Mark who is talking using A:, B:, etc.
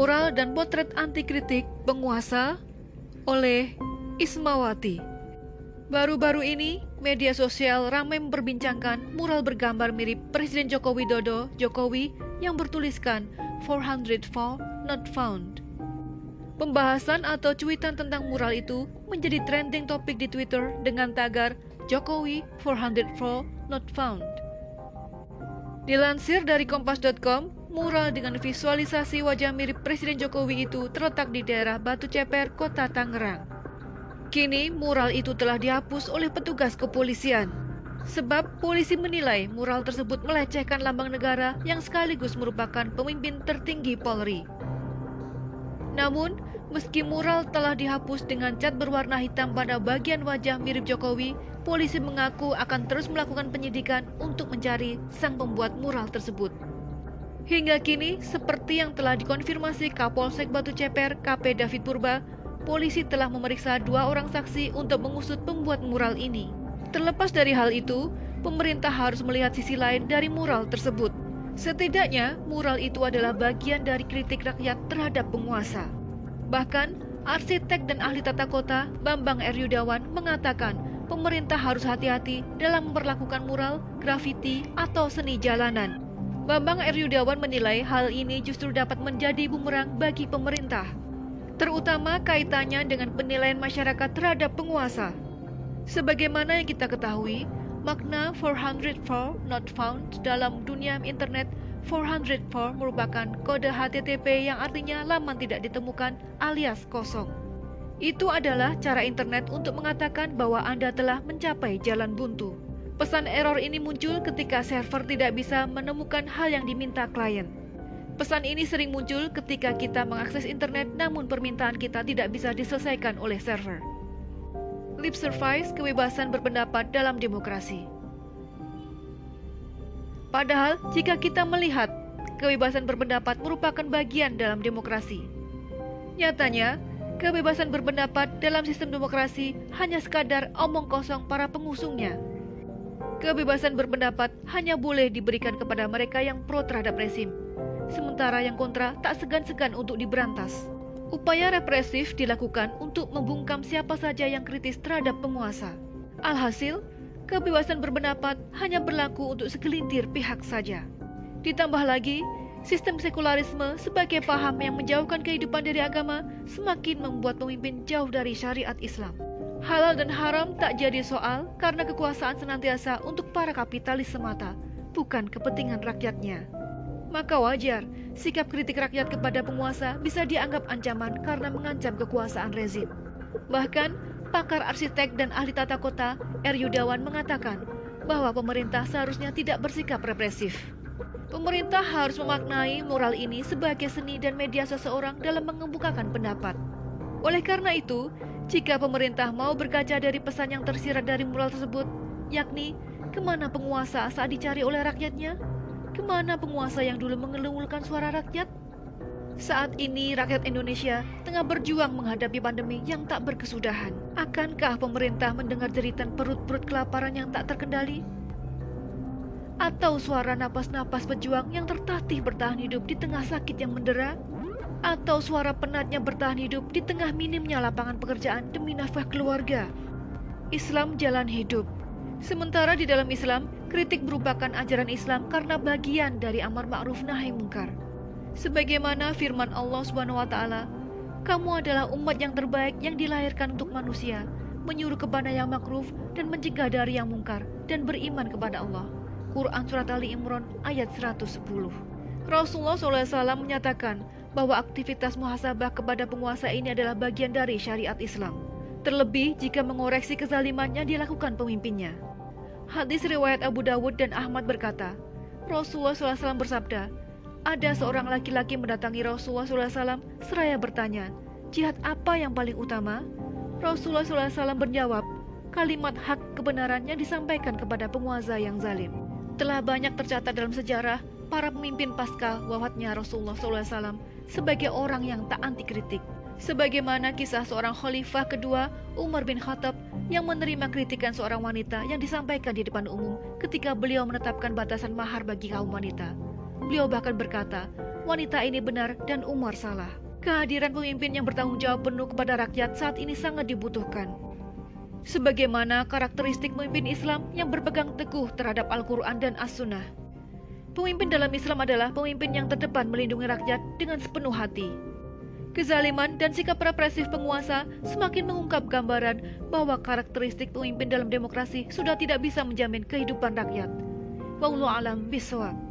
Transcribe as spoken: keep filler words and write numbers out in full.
A: Mural dan Potret Anti Kritik Penguasa oleh Ismawati. Baru-baru ini, media sosial ramai memperbincangkan mural bergambar mirip Presiden Joko Widodo, Jokowi, yang bertuliskan four hundred four not found. Pembahasan atau cuitan tentang mural itu menjadi trending topik di Twitter dengan tagar Jokowi four hundred four not found. Dilansir dari kompas dot com, mural dengan visualisasi wajah mirip Presiden Jokowi itu terletak di daerah Batu Ceper, Kota Tangerang. Kini, mural itu telah dihapus oleh petugas kepolisian. Sebab polisi menilai mural tersebut melecehkan lambang negara yang sekaligus merupakan pemimpin tertinggi Polri. Namun, meski mural telah dihapus dengan cat berwarna hitam pada bagian wajah mirip Jokowi, polisi mengaku akan terus melakukan penyidikan untuk mencari sang pembuat mural tersebut. Hingga kini, seperti yang telah dikonfirmasi Kapolsek Batu Ceper K P David Purba, polisi telah memeriksa dua orang saksi untuk mengusut pembuat mural ini. Terlepas dari hal itu, pemerintah harus melihat sisi lain dari mural tersebut. Setidaknya, mural itu adalah bagian dari kritik rakyat terhadap penguasa. Bahkan, arsitek dan ahli tata kota Bambang R. Yudawan mengatakan pemerintah harus hati-hati dalam memperlakukan mural, grafiti, atau seni jalanan. Bambang R. Yudawan menilai hal ini justru dapat menjadi bumerang bagi pemerintah, terutama kaitannya dengan penilaian masyarakat terhadap penguasa. Sebagaimana yang kita ketahui, makna four hundred four not found dalam dunia internet, four hundred four merupakan kode H T T P yang artinya laman tidak ditemukan alias kosong. Itu adalah cara internet untuk mengatakan bahwa Anda telah mencapai jalan buntu. Pesan error ini muncul ketika server tidak bisa menemukan hal yang diminta klien. Pesan ini sering muncul ketika kita mengakses internet namun permintaan kita tidak bisa diselesaikan oleh server. Lip service kebebasan berpendapat dalam demokrasi. Padahal, jika kita melihat kebebasan berpendapat merupakan bagian dalam demokrasi, nyatanya, kebebasan berpendapat dalam sistem demokrasi hanya sekadar omong kosong para pengusungnya. Kebebasan berpendapat hanya boleh diberikan kepada mereka yang pro terhadap rezim, sementara yang kontra tak segan-segan untuk diberantas. Upaya represif dilakukan untuk membungkam siapa saja yang kritis terhadap penguasa. Alhasil, kebebasan berpendapat hanya berlaku untuk segelintir pihak saja. Ditambah lagi, sistem sekularisme sebagai paham yang menjauhkan kehidupan dari agama semakin membuat pemimpin jauh dari syariat Islam. Halal dan haram tak jadi soal karena kekuasaan senantiasa untuk para kapitalis semata, bukan kepentingan rakyatnya. Maka wajar, sikap kritik rakyat kepada penguasa bisa dianggap ancaman karena mengancam kekuasaan rezim. Bahkan, pakar arsitek dan ahli tata kota R. Yudawan mengatakan bahwa pemerintah seharusnya tidak bersikap represif. Pemerintah harus memaknai mural ini sebagai seni dan media seseorang dalam mengemukakan pendapat. Oleh karena itu, jika pemerintah mau berkaca dari pesan yang tersirat dari mural tersebut, yakni kemana penguasa saat dicari oleh rakyatnya, kemana penguasa yang dulu mengelungulkan suara rakyat? Saat ini rakyat Indonesia tengah berjuang menghadapi pandemi yang tak berkesudahan. Akankah pemerintah mendengar jeritan perut-perut kelaparan yang tak terkendali? Atau suara napas-napas pejuang yang tertatih bertahan hidup di tengah sakit yang mendera? Atau suara penatnya bertahan hidup di tengah minimnya lapangan pekerjaan demi nafkah keluarga? Islam jalan hidup. Sementara di dalam Islam, kritik merupakan ajaran Islam karena bagian dari amar ma'ruf nahi mungkar. Sebagaimana firman Allah Subhanahu wa taala, "Kamu adalah umat yang terbaik yang dilahirkan untuk manusia, menyuruh kepada yang makruf dan mencegah dari yang mungkar dan beriman kepada Allah." Quran Surat Ali Imran ayat seratus sepuluh. Rasulullah shallallahu alaihi wasallam menyatakan bahwa aktivitas muhasabah kepada penguasa ini adalah bagian dari syariat Islam. Terlebih jika mengoreksi kezaliman yang dilakukan pemimpinnya. Hadis riwayat Abu Dawud dan Ahmad berkata, Rasulullah shallallahu alaihi wasallam bersabda, ada seorang laki-laki mendatangi Rasulullah shallallahu alaihi wasallam seraya bertanya, jihad apa yang paling utama? Rasulullah shallallahu alaihi wasallam menjawab, kalimat hak kebenaran yang disampaikan kepada penguasa yang zalim. Telah banyak tercatat dalam sejarah para pemimpin pasca wafatnya Rasulullah shallallahu alaihi wasallam sebagai orang yang tak anti kritik. Sebagaimana kisah seorang khalifah kedua, Umar bin Khattab, yang menerima kritikan seorang wanita yang disampaikan di depan umum ketika beliau menetapkan batasan mahar bagi kaum wanita. Beliau bahkan berkata, wanita ini benar dan Umar salah. Kehadiran pemimpin yang bertanggung jawab penuh kepada rakyat saat ini sangat dibutuhkan. Sebagaimana karakteristik pemimpin Islam yang berpegang teguh terhadap Al-Quran dan As-Sunnah. Pemimpin dalam Islam adalah pemimpin yang terdepan melindungi rakyat dengan sepenuh hati. Kezaliman dan sikap represif penguasa semakin mengungkap gambaran bahwa karakteristik pemimpin dalam demokrasi sudah tidak bisa menjamin kehidupan rakyat. Wallahu a'lam bishawab.